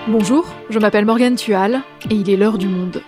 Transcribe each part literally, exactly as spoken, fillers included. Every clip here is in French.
Bonjour, je m'appelle Morgane Tual et il est l'heure du monde.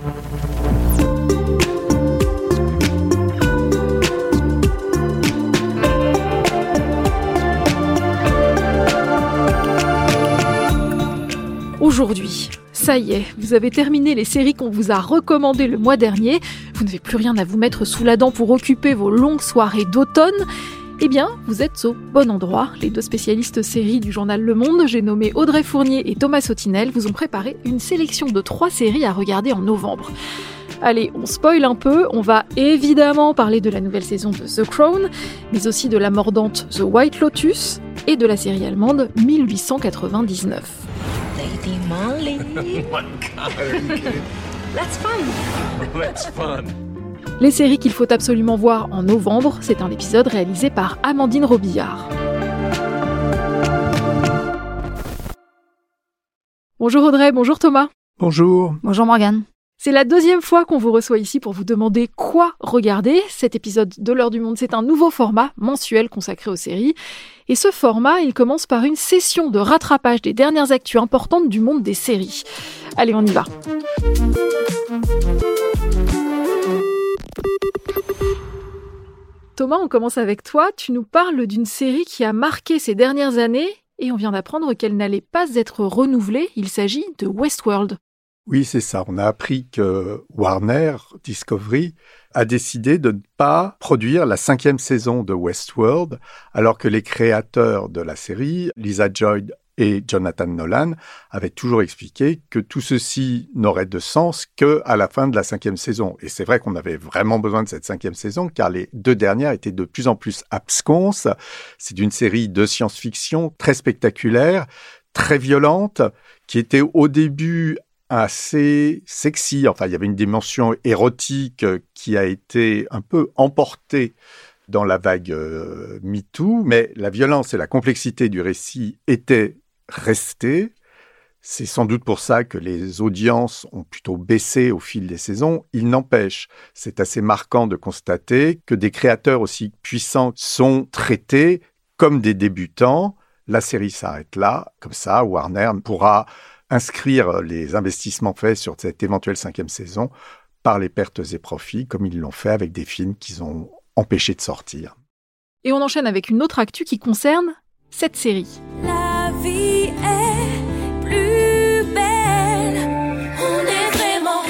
Aujourd'hui, ça y est, vous avez terminé les séries qu'on vous a recommandées le mois dernier. Vous n'avez plus rien à vous mettre sous la dent pour occuper vos longues soirées d'automne. Eh bien, vous êtes au bon endroit. Les deux spécialistes séries du journal Le Monde, j'ai nommé Audrey Fournier et Thomas Sautinel, vous ont préparé une sélection de trois séries à regarder en novembre. Allez, on spoil un peu, on va évidemment parler de la nouvelle saison de The Crown, mais aussi de la mordante The White Lotus et de la série allemande mille huit cent quatre-vingt-dix-neuf. Lady Molly. Oh my God, are you kidding? That's fun. That's fun. Les séries qu'il faut absolument voir en novembre, c'est un épisode réalisé par Amandine Robillard. Bonjour Audrey, bonjour Thomas. Bonjour. Bonjour Morgane. C'est la deuxième fois qu'on vous reçoit ici pour vous demander quoi regarder. Cet épisode de l'heure du monde, c'est un nouveau format mensuel consacré aux séries. Et ce format, il commence par une session de rattrapage des dernières actus importantes du monde des séries. Allez, on y va. Thomas, on commence avec toi. Tu nous parles d'une série qui a marqué ces dernières années et on vient d'apprendre qu'elle n'allait pas être renouvelée. Il s'agit de Westworld. Oui, c'est ça. On a appris que Warner Discovery a décidé de ne pas produire la cinquième saison de Westworld, alors que les créateurs de la série, Lisa Joy et Jonathan Nolan, avaient toujours expliqué que tout ceci n'aurait de sens qu'à la fin de la cinquième saison. Et c'est vrai qu'on avait vraiment besoin de cette cinquième saison, car les deux dernières étaient de plus en plus absconses. C'est une série de science-fiction très spectaculaire, très violente, qui était au début assez sexy. Enfin, il y avait une dimension érotique qui a été un peu emportée dans la vague euh, MeToo, mais la violence et la complexité du récit étaient restées. C'est sans doute pour ça que les audiences ont plutôt baissé au fil des saisons. Il n'empêche, c'est assez marquant de constater que des créateurs aussi puissants sont traités comme des débutants. La série s'arrête là. Comme ça, Warner pourra inscrire les investissements faits sur cette éventuelle cinquième saison par les pertes et profits, comme ils l'ont fait avec des films qu'ils ont empêchés de sortir. Et on enchaîne avec une autre actu qui concerne cette série. La vie est plus belle. On est vraiment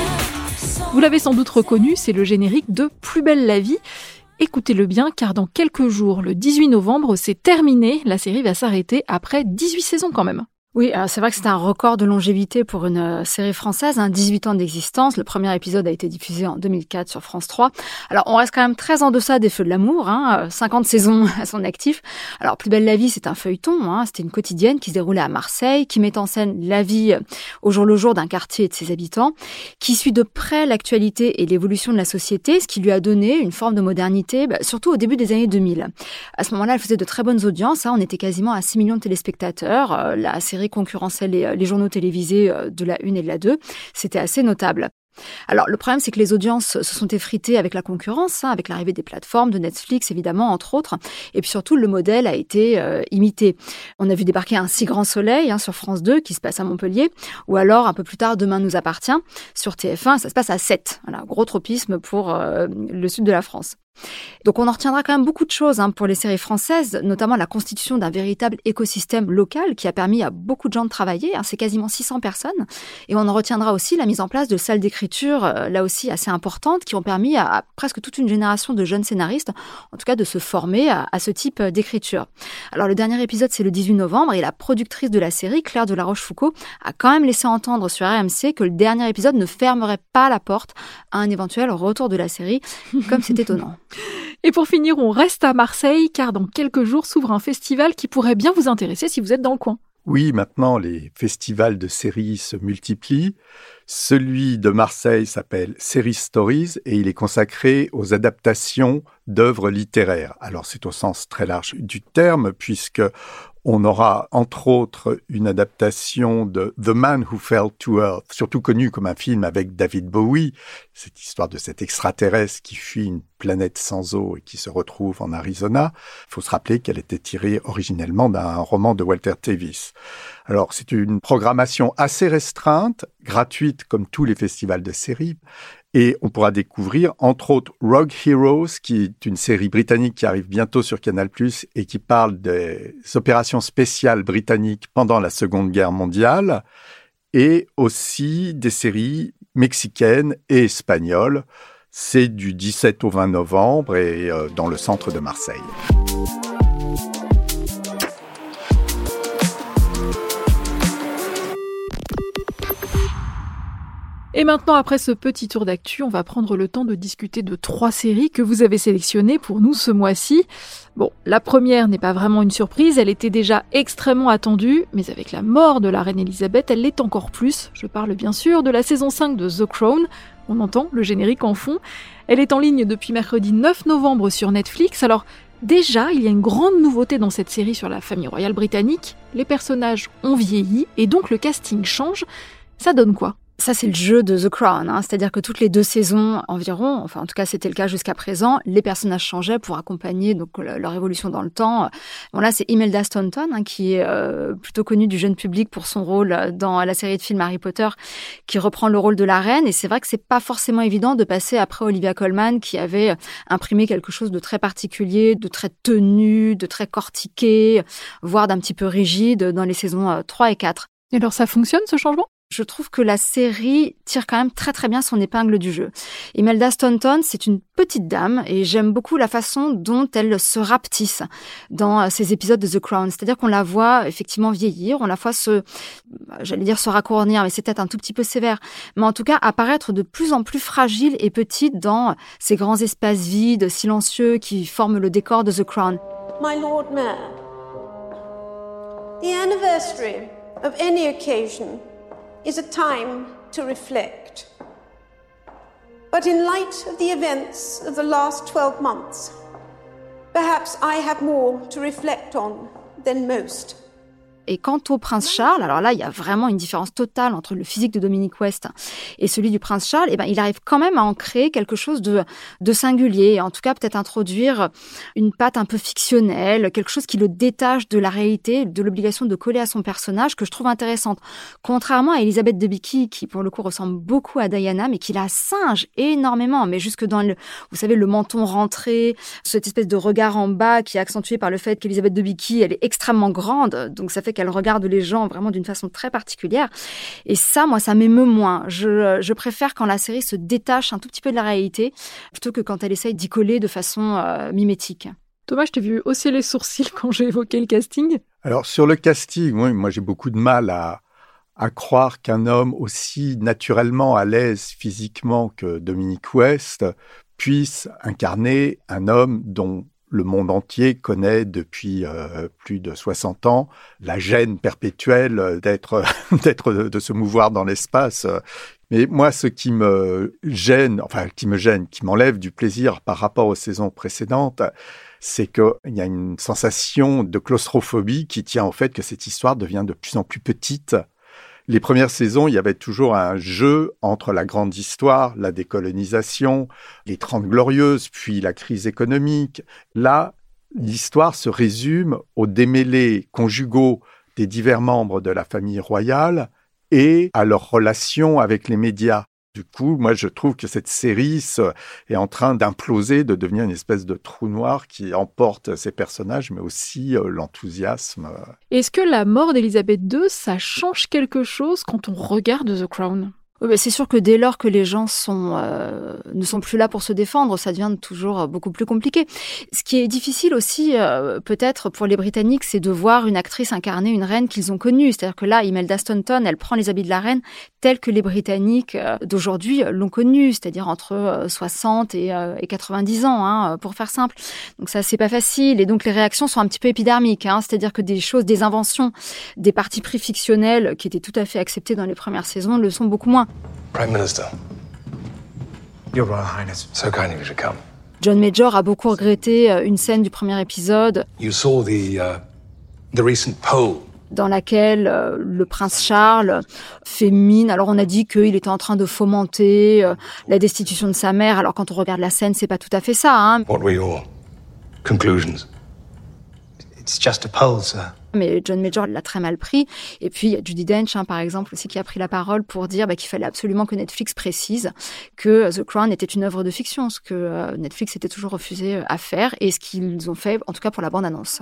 bien. Vous l'avez sans doute reconnu, c'est le générique de Plus belle la vie. Écoutez-le bien, car dans quelques jours, le dix-huit novembre, c'est terminé. La série va s'arrêter après dix-huit saisons quand même. Oui, alors c'est vrai que c'est un record de longévité pour une euh, série française, hein, dix-huit ans d'existence. Le premier épisode a été diffusé en deux mille quatre sur France trois. Alors, on reste quand même très en deçà des Feux de l'amour, hein, cinquante saisons à son actif. Alors, Plus belle la vie, c'est un feuilleton, hein, c'était une quotidienne qui se déroulait à Marseille, qui met en scène la vie au jour le jour d'un quartier et de ses habitants, qui suit de près l'actualité et l'évolution de la société, ce qui lui a donné une forme de modernité, bah, surtout au début des années deux mille. À ce moment-là, elle faisait de très bonnes audiences, hein, on était quasiment à six millions de téléspectateurs. Euh, la série concurrençait les, les journaux télévisés de la une et de la deux. C'était assez notable. Alors, le problème, c'est que les audiences se sont effritées avec la concurrence, hein, avec l'arrivée des plateformes, de Netflix, évidemment, entre autres. Et puis surtout, le modèle a été euh, imité. On a vu débarquer Un si grand soleil hein, sur France deux, qui se passe à Montpellier, ou alors, un peu plus tard, Demain nous appartient, sur T F un, ça se passe à Sète. Voilà, gros tropisme pour euh, le sud de la France. Donc on en retiendra quand même beaucoup de choses hein, pour les séries françaises, notamment la constitution d'un véritable écosystème local qui a permis à beaucoup de gens de travailler, hein, c'est quasiment six cents personnes, et on en retiendra aussi la mise en place de salles d'écriture, euh, là aussi assez importantes, qui ont permis à, à presque toute une génération de jeunes scénaristes, en tout cas de se former à, à ce type d'écriture. Alors le dernier épisode c'est le dix-huit novembre, et la productrice de la série, Claire de la Rochefoucauld, a quand même laissé entendre sur R M C que le dernier épisode ne fermerait pas la porte à un éventuel retour de la série, comme c'est étonnant. Et pour finir, on reste à Marseille, car dans quelques jours s'ouvre un festival qui pourrait bien vous intéresser si vous êtes dans le coin. Oui, maintenant, les festivals de séries se multiplient. Celui de Marseille s'appelle Series Stories et il est consacré aux adaptations d'œuvres littéraires. Alors, c'est au sens très large du terme, puisque on aura, entre autres, une adaptation de The Man Who Fell to Earth, surtout connu comme un film avec David Bowie, cette histoire de cet extraterrestre qui fuit une planète sans eau et qui se retrouve en Arizona. Il faut se rappeler qu'elle était tirée originellement d'un roman de Walter Tevis. Alors, c'est une programmation assez restreinte, gratuite comme tous les festivals de séries. Et on pourra découvrir, entre autres, Rogue Heroes, qui est une série britannique qui arrive bientôt sur Canal plus, et qui parle des opérations spéciales britanniques pendant la Seconde Guerre mondiale, et aussi des séries mexicaines et espagnoles. C'est du dix-sept au vingt novembre et euh, dans le centre de Marseille. Et maintenant, après ce petit tour d'actu, on va prendre le temps de discuter de trois séries que vous avez sélectionnées pour nous ce mois-ci. Bon, la première n'est pas vraiment une surprise, elle était déjà extrêmement attendue, mais avec la mort de la reine Elisabeth, elle l'est encore plus. Je parle bien sûr de la saison cinq de The Crown. On entend le générique en fond. Elle est en ligne depuis mercredi neuf novembre sur Netflix. Alors, déjà, il y a une grande nouveauté dans cette série sur la famille royale britannique. Les personnages ont vieilli et donc le casting change. Ça donne quoi ? Ça, c'est le jeu de The Crown, hein. C'est-à-dire que toutes les deux saisons environ, enfin en tout cas c'était le cas jusqu'à présent, les personnages changeaient pour accompagner donc leur évolution dans le temps. Bon là, c'est Imelda Staunton, hein, qui est euh, plutôt connue du jeune public pour son rôle dans la série de films Harry Potter, qui reprend le rôle de la reine. Et c'est vrai que c'est pas forcément évident de passer après Olivia Colman, qui avait imprimé quelque chose de très particulier, de très tenu, de très cortiqué, voire d'un petit peu rigide dans les saisons trois et quatre. Et alors ça fonctionne ce changement ? Je trouve que la série tire quand même très très bien son épingle du jeu. Imelda Staunton, c'est une petite dame et j'aime beaucoup la façon dont elle se rapetisse dans ces épisodes de The Crown. C'est-à-dire qu'on la voit effectivement vieillir, on la voit se, j'allais dire se raccourcir, mais c'est peut-être un tout petit peu sévère, mais en tout cas apparaître de plus en plus fragile et petite dans ces grands espaces vides, silencieux qui forment le décor de The Crown. My Lord Mayor, the anniversary of any occasion is a time to reflect. But in light of the events of the last twelve months, perhaps I have more to reflect on than most. Et quant au prince Charles, alors là, il y a vraiment une différence totale entre le physique de Dominic West et celui du prince Charles. Et ben, il arrive quand même à en créer quelque chose de, de singulier. En tout cas, peut-être introduire une patte un peu fictionnelle, quelque chose qui le détache de la réalité, de l'obligation de coller à son personnage, que je trouve intéressante. Contrairement à Elisabeth Debicki, qui pour le coup ressemble beaucoup à Diana, mais qui la singe énormément, mais jusque dans le, vous savez, le menton rentré, cette espèce de regard en bas qui est accentué par le fait qu'Elisabeth Debicki, elle est extrêmement grande, donc ça fait qu'elle regarde les gens vraiment d'une façon très particulière. Et ça, moi, ça m'émeut moins. Je, je préfère quand la série se détache un tout petit peu de la réalité, plutôt que quand elle essaye d'y coller de façon euh, mimétique. Thomas, je t'ai vu hausser les sourcils quand j'ai évoqué le casting. Alors, sur le casting, oui, moi, j'ai beaucoup de mal à, à croire qu'un homme aussi naturellement à l'aise physiquement que Dominic West puisse incarner un homme dont le monde entier connaît depuis euh, plus de soixante ans la gêne perpétuelle d'être, d'être, de se mouvoir dans l'espace. Mais moi, ce qui me gêne, enfin, qui me gêne, qui m'enlève du plaisir par rapport aux saisons précédentes, c'est qu'il y a une sensation de claustrophobie qui tient au fait que cette histoire devient de plus en plus petite. Les premières saisons, il y avait toujours un jeu entre la grande histoire, la décolonisation, les Trente Glorieuses, puis la crise économique. Là, l'histoire se résume aux démêlés conjugaux des divers membres de la famille royale et à leurs relations avec les médias. Du coup, moi, je trouve que cette série est en train d'imploser, de devenir une espèce de trou noir qui emporte ses personnages, mais aussi euh, l'enthousiasme. Est-ce que la mort d'Elisabeth deux, ça change quelque chose quand on regarde The Crown ? C'est sûr que dès lors que les gens sont, euh, ne sont plus là pour se défendre, ça devient toujours beaucoup plus compliqué. Ce qui est difficile aussi, euh, peut-être pour les Britanniques, c'est de voir une actrice incarner une reine qu'ils ont connue. C'est-à-dire que là, Imelda Staunton, elle prend les habits de la reine tels que les Britanniques euh, d'aujourd'hui l'ont connue, c'est-à-dire entre euh, soixante et, euh, et quatre-vingt-dix ans, hein, pour faire simple. Donc ça, c'est pas facile. Et donc les réactions sont un petit peu épidermiques, hein, c'est-à-dire que des choses, des inventions, des partis pris fictionnels qui étaient tout à fait acceptés dans les premières saisons le sont beaucoup moins. Prime Minister. Your Royal Highness. So kind of you to come. John Major a beaucoup regretté une scène du premier épisode. You saw the uh, the recent poll dans laquelle euh, le prince Charles fait mine. Alors on a dit qu'il était en train de fomenter euh, la destitution de sa mère. Alors quand on regarde la scène, c'est pas tout à fait ça. Hein. What were your conclusions? It's just a poll, sir. Mais John Major l'a très mal pris. Et puis, il y a Judi Dench, hein, par exemple, aussi, qui a pris la parole pour dire bah, qu'il fallait absolument que Netflix précise que The Crown était une œuvre de fiction, ce que euh, Netflix était toujours refusé à faire, et ce qu'ils ont fait, en tout cas pour la bande-annonce.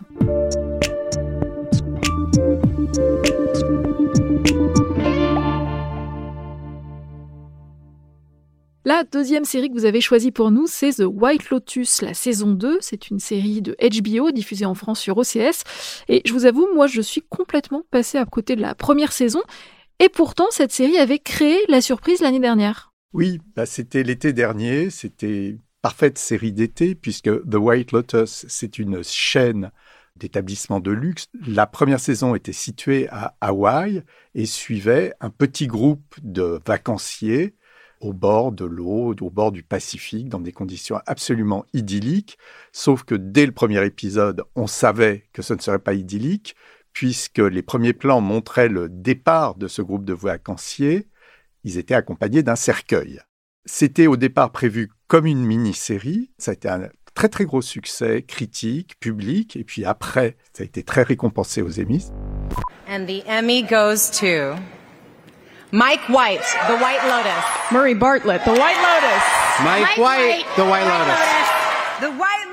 La deuxième série que vous avez choisie pour nous, c'est The White Lotus, la saison deux. C'est une série de H B O diffusée en France sur O C S. Et je vous avoue, moi, je suis complètement passée à côté de la première saison. Et pourtant, cette série avait créé la surprise l'année dernière. Oui, bah c'était l'été dernier. C'était une parfaite série d'été, puisque The White Lotus, c'est une chaîne d'établissements de luxe. La première saison était située à Hawaï et suivait un petit groupe de vacanciers au bord de l'eau, au bord du Pacifique, dans des conditions absolument idylliques, sauf que dès le premier épisode, on savait que ce ne serait pas idyllique, puisque les premiers plans montraient le départ de ce groupe de vacanciers. Ils étaient accompagnés d'un cercueil. C'était au départ prévu comme une mini-série. Ça a été un très très gros succès critique, public, et puis après, ça a été très récompensé aux Emmys. And the Emmy goes to Mike White, The White Lotus. Murray Bartlett, The White Lotus. Mike, Mike White, White, The White Lotus. The White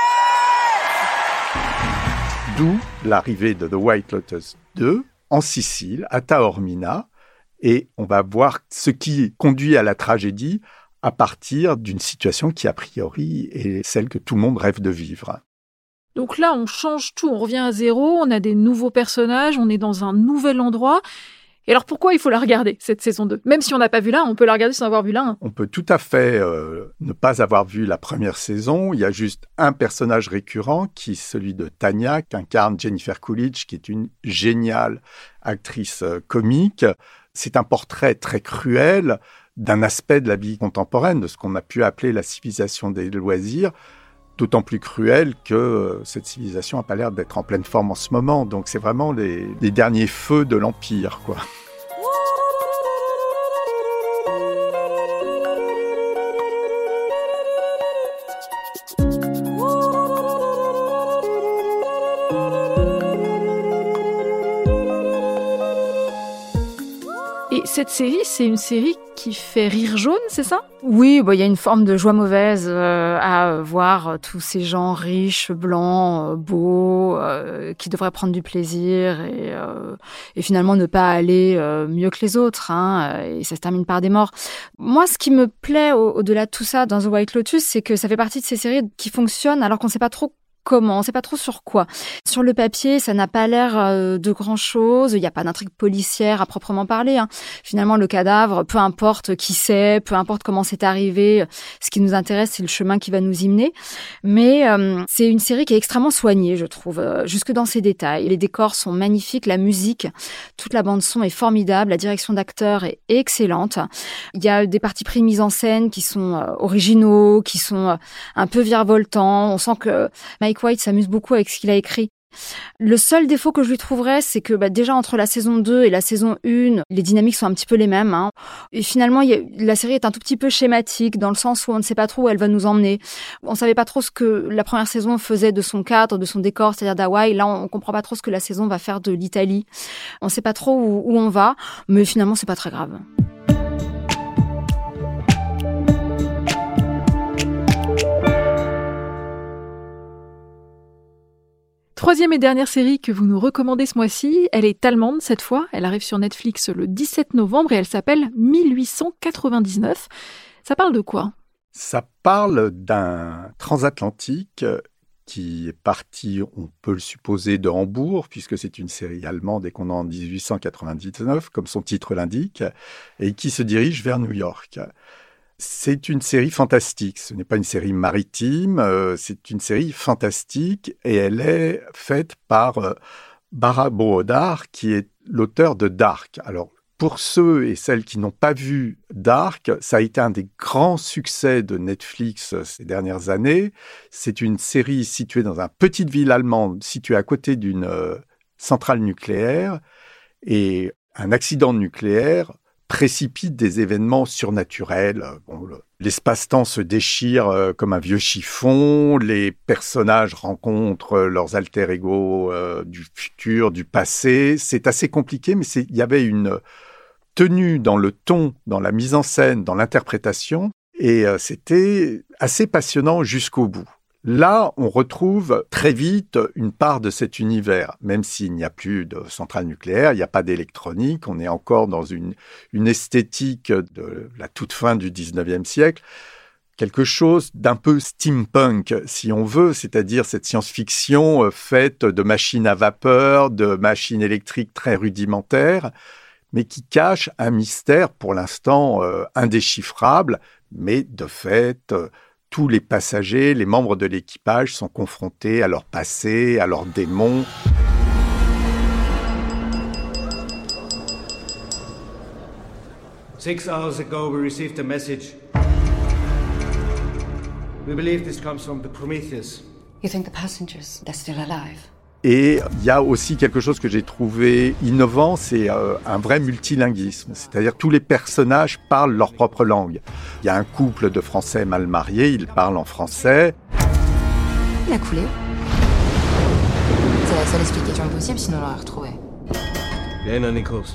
Lotus! D'où l'arrivée de The White Lotus deux en Sicile, à Taormina, et on va voir ce qui conduit à la tragédie à partir d'une situation qui, a priori, est celle que tout le monde rêve de vivre. Donc là, on change tout, on revient à zéro, on a des nouveaux personnages, on est dans un nouvel endroit. Et alors pourquoi il faut la regarder, cette saison deux ? Même si on n'a pas vu la un, on peut la regarder sans avoir vu la un. On peut tout à fait euh, ne pas avoir vu la première saison. Il y a juste un personnage récurrent qui est celui de Tanya, qu'incarne Jennifer Coolidge, qui est une géniale actrice euh, comique. C'est un portrait très cruel d'un aspect de la vie contemporaine, de ce qu'on a pu appeler la civilisation des loisirs, d'autant plus cruel que euh, cette civilisation n'a pas l'air d'être en pleine forme en ce moment. Donc c'est vraiment les, les derniers feux de l'Empire, quoi. Et cette série, c'est une série qui fait rire jaune, c'est ça ? Oui, bah, y a une forme de joie mauvaise euh, à voir euh, tous ces gens riches, blancs, euh, beaux, euh, qui devraient prendre du plaisir et, euh, et finalement ne pas aller euh, mieux que les autres. Hein, et ça se termine par des morts. Moi, ce qui me plaît au- au-delà de tout ça dans The White Lotus, c'est que ça fait partie de ces séries qui fonctionnent alors qu'on ne sait pas trop comment, on ne sait pas trop sur quoi. Sur le papier, ça n'a pas l'air euh, de grand-chose. Il n'y a pas d'intrigue policière à proprement parler. Hein. Finalement, le cadavre, peu importe qui c'est, peu importe comment c'est arrivé, ce qui nous intéresse, c'est le chemin qui va nous y mener. Mais euh, c'est une série qui est extrêmement soignée, je trouve, euh, jusque dans ses détails. Les décors sont magnifiques, la musique, toute la bande-son est formidable, la direction d'acteurs est excellente. Il y a des partis pris de mise en scène qui sont euh, originaux, qui sont euh, un peu virevoltants. On sent que Mike White s'amuse beaucoup avec ce qu'il a écrit. Le seul défaut que je lui trouverais, c'est que bah, déjà entre la saison deux et la saison un, les dynamiques sont un petit peu les mêmes. Hein. Et finalement, il y a, la série est un tout petit peu schématique, dans le sens où on ne sait pas trop où elle va nous emmener. On ne savait pas trop ce que la première saison faisait de son cadre, de son décor, c'est-à-dire d'Hawaï. Là, on ne comprend pas trop ce que la saison va faire de l'Italie. On ne sait pas trop où, où on va, mais finalement, c'est pas très grave. Troisième et dernière série que vous nous recommandez ce mois-ci, elle est allemande cette fois, elle arrive sur Netflix le dix-sept novembre et elle s'appelle mille huit cent quatre-vingt-dix-neuf. Ça parle de quoi ? Ça parle d'un transatlantique qui est parti, on peut le supposer, de Hambourg, puisque c'est une série allemande et qu'on est en dix-huit cent quatre-vingt-dix-neuf, comme son titre l'indique, et qui se dirige vers New York. C'est une série fantastique, ce n'est pas une série maritime, euh, c'est une série fantastique et elle est faite par euh, Barbara Brodar, qui est l'auteur de Dark. Alors, pour ceux et celles qui n'ont pas vu Dark, ça a été un des grands succès de Netflix ces dernières années. C'est une série située dans une petite ville allemande, située à côté d'une, euh, centrale nucléaire et un accident nucléaire précipite des événements surnaturels. Bon, le, l'espace-temps se déchire euh, comme un vieux chiffon, les personnages rencontrent leurs alter ego euh, du futur, du passé. C'est assez compliqué, mais c'est, il y avait une tenue dans le ton, dans la mise en scène, dans l'interprétation, et euh, c'était assez passionnant jusqu'au bout. Là, on retrouve très vite une part de cet univers, même s'il n'y a plus de centrale nucléaire, il n'y a pas d'électronique, on est encore dans une, une esthétique de la toute fin du dix-neuvième siècle, quelque chose d'un peu steampunk, si on veut, c'est-à-dire cette science-fiction faite de machines à vapeur, de machines électriques très rudimentaires, mais qui cache un mystère pour l'instant euh, indéchiffrable, mais de fait... Euh, tous les passagers, les membres de l'équipage sont confrontés à leur passé, à leurs démons. Six hours ago, we received a message. We believe this comes from the Prometheus. You think the passengers, they're still alive? Et il y a aussi quelque chose que j'ai trouvé innovant, c'est euh, un vrai multilinguisme. C'est-à-dire que tous les personnages parlent leur propre langue. Il y a un couple de Français mal mariés, ils parlent en français. Il a coulé. C'est la seule explication possible, sinon on l'aurait retrouvé. Vienna Nichols.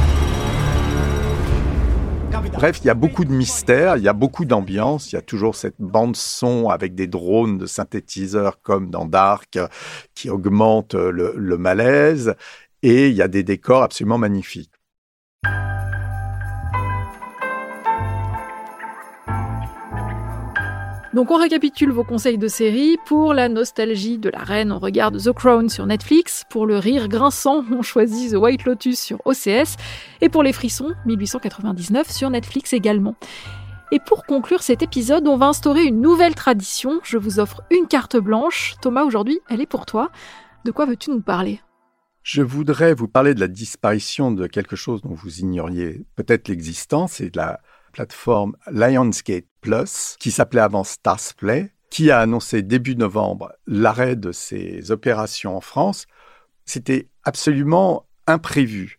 Bref, il y a beaucoup de mystères, il y a beaucoup d'ambiance, il y a toujours cette bande-son avec des drones de synthétiseurs comme dans Dark qui augmente le, le malaise, et il y a des décors absolument magnifiques. Donc on récapitule vos conseils de série. Pour la nostalgie de la reine, on regarde The Crown sur Netflix. Pour le rire grinçant, on choisit The White Lotus sur O C S. Et pour les frissons, dix-huit cent quatre-vingt-dix-neuf sur Netflix également. Et pour conclure cet épisode, on va instaurer une nouvelle tradition. Je vous offre une carte blanche. Thomas, aujourd'hui, elle est pour toi. De quoi veux-tu nous parler ? Je voudrais vous parler de la disparition de quelque chose dont vous ignoriez peut-être l'existence, et de la plateforme Lionsgate Plus, qui s'appelait avant Starzplay, qui a annoncé début novembre l'arrêt de ses opérations en France. C'était absolument imprévu.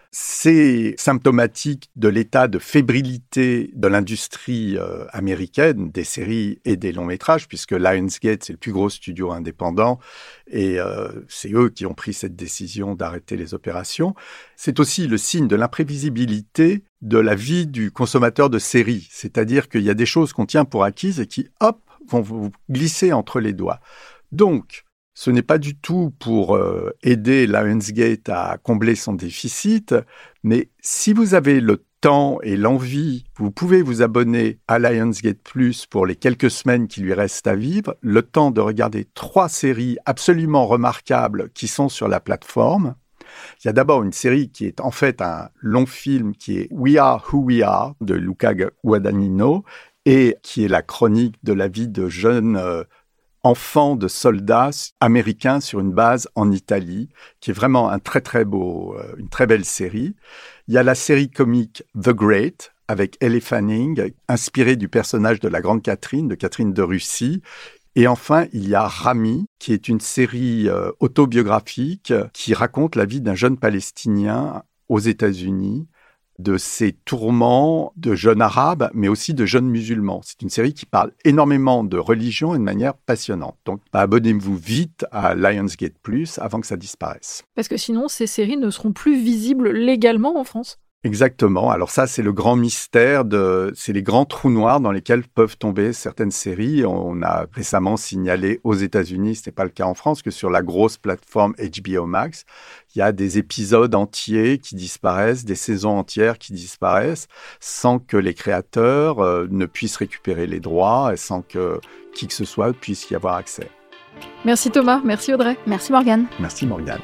C'est symptomatique de l'état de fébrilité de l'industrie euh, américaine, des séries et des longs métrages, puisque Lionsgate, c'est le plus gros studio indépendant, et euh, c'est eux qui ont pris cette décision d'arrêter les opérations. C'est aussi le signe de l'imprévisibilité de la vie du consommateur de séries, c'est-à-dire qu'il y a des choses qu'on tient pour acquises et qui, hop, vont vous glisser entre les doigts. Donc, ce n'est pas du tout pour euh, aider Lionsgate à combler son déficit, mais si vous avez le temps et l'envie, vous pouvez vous abonner à Lionsgate Plus pour les quelques semaines qui lui restent à vivre, le temps de regarder trois séries absolument remarquables qui sont sur la plateforme. Il y a d'abord une série qui est en fait un long film qui est We Are Who We Are de Luca Guadagnino, et qui est la chronique de la vie de jeunes euh, enfants de soldats américains sur une base en Italie, qui est vraiment un très très beau, euh, une très belle série. Il y a la série comique The Great avec Elle Fanning, inspirée du personnage de la grande Catherine, de Catherine de Russie. Et enfin, il y a Rami, qui est une série euh, autobiographique qui raconte la vie d'un jeune Palestinien aux États-Unis, de ses tourments de jeunes arabes, mais aussi de jeunes musulmans. C'est une série qui parle énormément de religion et de manière passionnante. Donc, bah, abonnez-vous vite à Lionsgate Plus avant que ça disparaisse. Parce que sinon, ces séries ne seront plus visibles légalement en France. Exactement. Alors ça, c'est le grand mystère, de, c'est les grands trous noirs dans lesquels peuvent tomber certaines séries. On a récemment signalé aux États-Unis, ce n'est pas le cas en France, que sur la grosse plateforme H B O Max, il y a des épisodes entiers qui disparaissent, des saisons entières qui disparaissent, sans que les créateurs euh, ne puissent récupérer les droits et sans que qui que ce soit puisse y avoir accès. Merci Thomas, merci Audrey. Merci Morgane. Merci Morgane.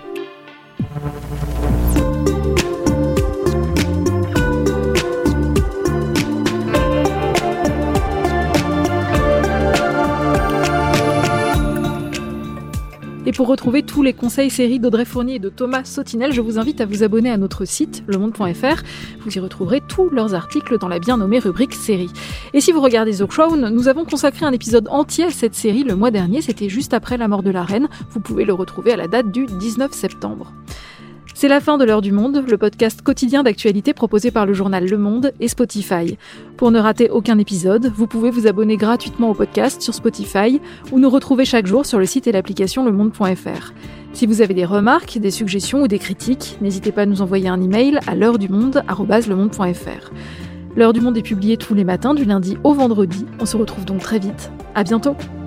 Et pour retrouver tous les conseils séries d'Audrey Fournier et de Thomas Sautinel, je vous invite à vous abonner à notre site, le monde point f r. Vous y retrouverez tous leurs articles dans la bien nommée rubrique série. Et si vous regardez The Crown, nous avons consacré un épisode entier à cette série le mois dernier, c'était juste après la mort de la reine. Vous pouvez le retrouver à la date du dix-neuf septembre. C'est la fin de l'heure du monde, le podcast quotidien d'actualité proposé par le journal Le Monde et Spotify. Pour ne rater aucun épisode, vous pouvez vous abonner gratuitement au podcast sur Spotify ou nous retrouver chaque jour sur le site et l'application lemonde point f r. Si vous avez des remarques, des suggestions ou des critiques, n'hésitez pas à nous envoyer un email à l'heure du monde arobase lemonde point f r. L'heure du monde est publiée tous les matins du lundi au vendredi. On se retrouve donc très vite. À bientôt.